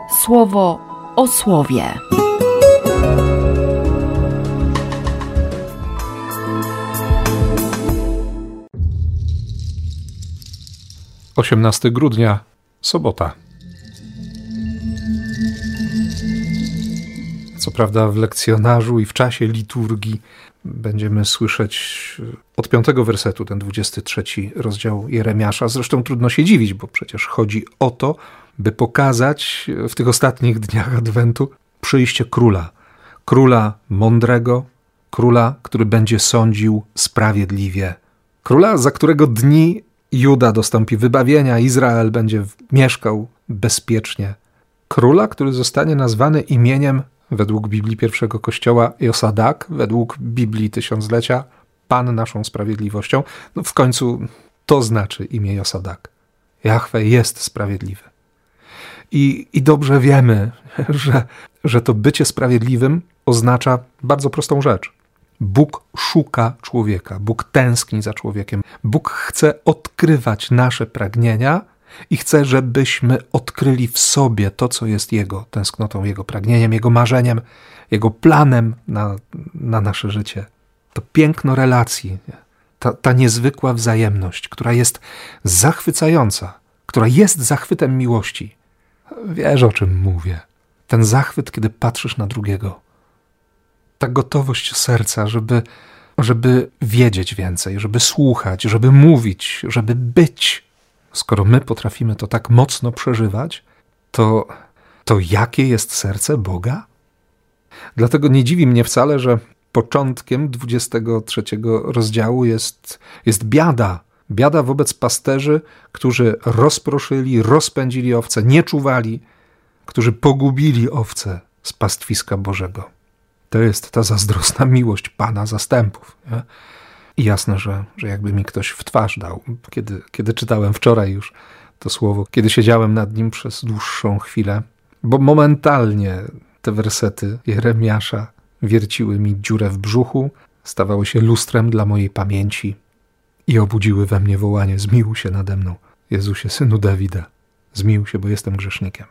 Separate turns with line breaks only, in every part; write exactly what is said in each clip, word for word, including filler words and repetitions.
Słowo o słowie.
osiemnastego grudnia, sobota. Co prawda w lekcjonarzu i w czasie liturgii będziemy słyszeć od piątego wersetu ten dwudziesty trzeci rozdział Jeremiasza. Zresztą trudno się dziwić, bo przecież chodzi o to, by pokazać w tych ostatnich dniach Adwentu przyjście króla. Króla mądrego, króla, który będzie sądził sprawiedliwie. Króla, za którego dni Juda dostąpi wybawienia, Izrael będzie mieszkał bezpiecznie. Króla, który zostanie nazwany imieniem, według Biblii pierwszego Kościoła, Josadak, według Biblii Tysiąclecia, Pan naszą sprawiedliwością. No w końcu to znaczy imię Josadak. Jahwe jest sprawiedliwy. I, i dobrze wiemy, że, że to bycie sprawiedliwym oznacza bardzo prostą rzecz. Bóg szuka człowieka, Bóg tęskni za człowiekiem. Bóg chce odkrywać nasze pragnienia i chce, żebyśmy odkryli w sobie to, co jest Jego tęsknotą, Jego pragnieniem, Jego marzeniem, Jego planem na, na nasze życie. To piękno relacji, ta, ta niezwykła wzajemność, która jest zachwycająca, która jest zachwytem miłości. Wiesz, o czym mówię. Ten zachwyt, kiedy patrzysz na drugiego. Ta gotowość serca, żeby, żeby wiedzieć więcej, żeby słuchać, żeby mówić, żeby być. Skoro my potrafimy to tak mocno przeżywać, to, to jakie jest serce Boga? Dlatego nie dziwi mnie wcale, że początkiem dwudziestego trzeciego rozdziału jest, jest biada. Biada wobec pasterzy, którzy rozproszyli, rozpędzili owce, nie czuwali, którzy pogubili owce z pastwiska Bożego. To jest ta zazdrosna miłość Pana zastępów. Nie? I jasne, że, że jakby mi ktoś w twarz dał, kiedy, kiedy czytałem wczoraj już to słowo, kiedy siedziałem nad nim przez dłuższą chwilę, bo momentalnie te wersety Jeremiasza wierciły mi dziurę w brzuchu, stawały się lustrem dla mojej pamięci i obudziły we mnie wołanie: zmiłuj się nade mną, Jezusie, Synu Dawida, zmiłuj się, bo jestem grzesznikiem.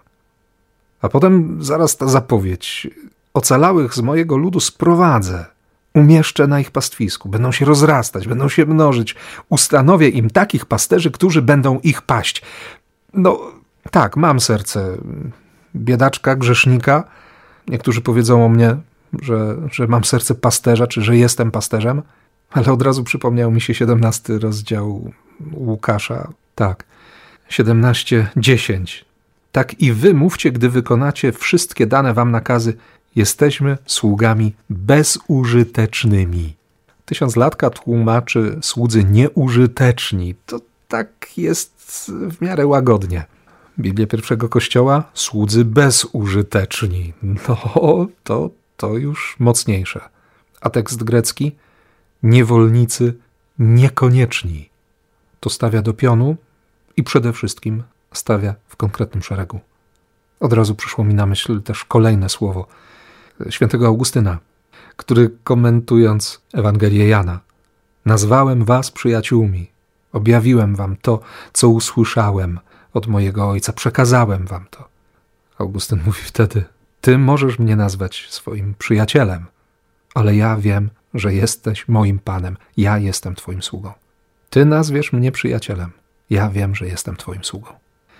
A potem zaraz ta zapowiedź: ocalałych z mojego ludu sprowadzę, umieszczę na ich pastwisku, będą się rozrastać, będą się mnożyć, ustanowię im takich pasterzy, którzy będą ich paść. No tak, mam serce biedaczka, grzesznika. Niektórzy powiedzą o mnie, że, że mam serce pasterza, czy że jestem pasterzem, ale od razu przypomniał mi się siedemnasty rozdział Łukasza. Tak, siedemnaście dziesięć. Tak i wy mówcie, gdy wykonacie wszystkie dane wam nakazy: jesteśmy sługami bezużytecznymi. Tysiąclatka tłumaczy słudzy nieużyteczni. To tak jest w miarę łagodnie. Biblia pierwszego Kościoła: słudzy bezużyteczni. No, to, to już mocniejsze. A tekst grecki: niewolnicy niekonieczni. To stawia do pionu i przede wszystkim stawia w konkretnym szeregu. Od razu przyszło mi na myśl też kolejne słowo świętego Augustyna, który komentując Ewangelię Jana: nazwałem was przyjaciółmi, objawiłem wam to, co usłyszałem od mojego Ojca, przekazałem wam to. Augustyn mówi wtedy: ty możesz mnie nazwać swoim przyjacielem, ale ja wiem, że jesteś moim Panem, ja jestem twoim sługą. Ty nazwiesz mnie przyjacielem, ja wiem, że jestem twoim sługą.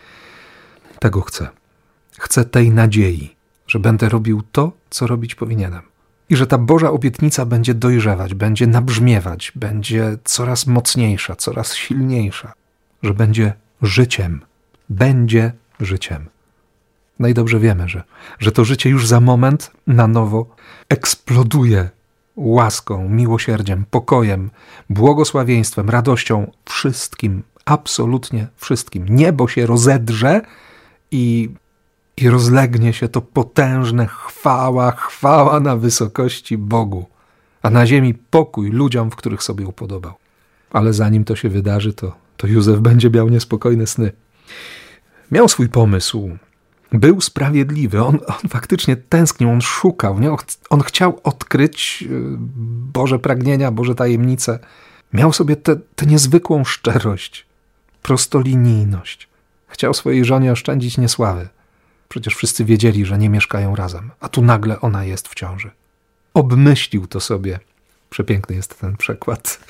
Tego chcę. Chcę tej nadziei, że będę robił to, co robić powinienem. I że ta Boża obietnica będzie dojrzewać, będzie nabrzmiewać, będzie coraz mocniejsza, coraz silniejsza. Że będzie życiem. Będzie życiem. No i dobrze wiemy, że, że to życie już za moment na nowo eksploduje łaską, miłosierdziem, pokojem, błogosławieństwem, radością, wszystkim, absolutnie wszystkim. Niebo się rozedrze i I rozlegnie się to potężne chwała, chwała na wysokości Bogu, a na ziemi pokój ludziom, w których sobie upodobał. Ale zanim to się wydarzy, to, to Józef będzie miał niespokojne sny. Miał swój pomysł. Był sprawiedliwy. On, on faktycznie tęsknił, on szukał. Nie? On chciał odkryć Boże pragnienia, Boże tajemnice. Miał sobie tę niezwykłą szczerość, prostolinijność. Chciał swojej żonie oszczędzić niesławy. Przecież wszyscy wiedzieli, że nie mieszkają razem, a tu nagle ona jest w ciąży. Obmyślił to sobie. Przepiękny jest ten przekład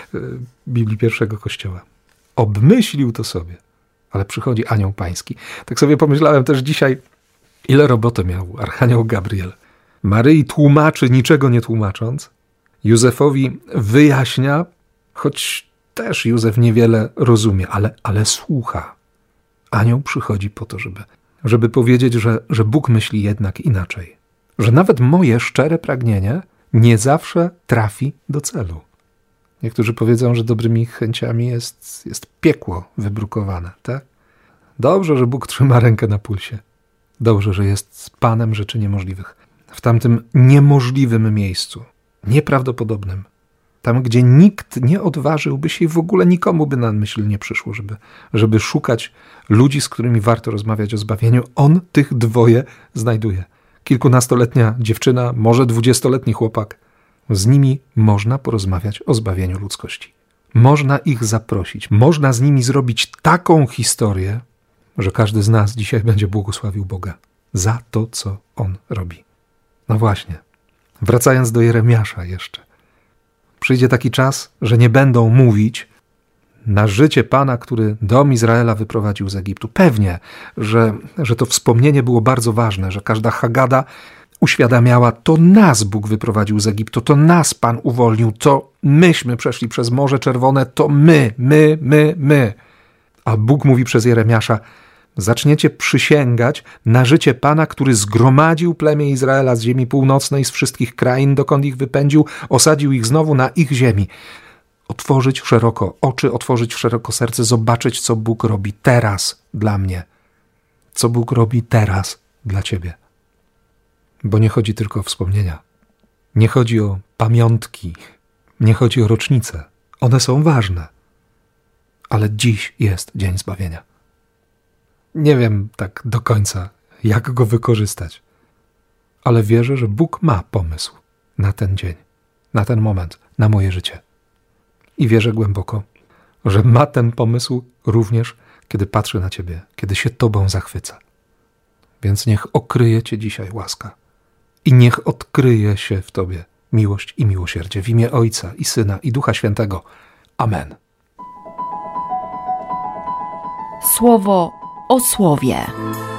Biblii pierwszego Kościoła. Obmyślił to sobie, ale przychodzi anioł pański. Tak sobie pomyślałem też dzisiaj, ile roboty miał archanioł Gabriel. Maryi tłumaczy, niczego nie tłumacząc. Józefowi wyjaśnia, choć też Józef niewiele rozumie, ale, ale słucha. Anioł przychodzi po to, żeby, żeby powiedzieć, że, że Bóg myśli jednak inaczej. Że nawet moje szczere pragnienie nie zawsze trafi do celu. Niektórzy powiedzą, że dobrymi chęciami jest, jest piekło wybrukowane, tak? Dobrze, że Bóg trzyma rękę na pulsie. Dobrze, że jest Panem rzeczy niemożliwych. W tamtym niemożliwym miejscu, nieprawdopodobnym, tam, gdzie nikt nie odważyłby się i w ogóle nikomu by na myśl nie przyszło, żeby, żeby szukać ludzi, z którymi warto rozmawiać o zbawieniu, on tych dwoje znajduje. Kilkunastoletnia dziewczyna, może dwudziestoletni chłopak. Z nimi można porozmawiać o zbawieniu ludzkości. Można ich zaprosić, można z nimi zrobić taką historię, że każdy z nas dzisiaj będzie błogosławił Boga za to, co On robi. No właśnie, wracając do Jeremiasza jeszcze. Przyjdzie taki czas, że nie będą mówić na życie Pana, który dom Izraela wyprowadził z Egiptu. Pewnie, że, że to wspomnienie było bardzo ważne, że każda Hagada uświadamiała, to nas Bóg wyprowadził z Egiptu, to nas Pan uwolnił, to myśmy przeszli przez Morze Czerwone, to my, my, my, my. A Bóg mówi przez Jeremiasza, zaczniecie przysięgać na życie Pana, który zgromadził plemię Izraela z ziemi północnej, z wszystkich krain, dokąd ich wypędził, osadził ich znowu na ich ziemi. Otworzyć szeroko oczy, otworzyć szeroko serce, zobaczyć, co Bóg robi teraz dla mnie. Co Bóg robi teraz dla ciebie. Bo nie chodzi tylko o wspomnienia. Nie chodzi o pamiątki. Nie chodzi o rocznice. One są ważne. Ale dziś jest dzień zbawienia. Nie wiem tak do końca, jak go wykorzystać. Ale wierzę, że Bóg ma pomysł na ten dzień, na ten moment, na moje życie. I wierzę głęboko, że ma ten pomysł również, kiedy patrzy na ciebie, kiedy się tobą zachwyca. Więc niech okryje cię dzisiaj łaska i niech odkryje się w tobie miłość i miłosierdzie w imię Ojca i Syna i Ducha Świętego. Amen.
Słowo o słowie.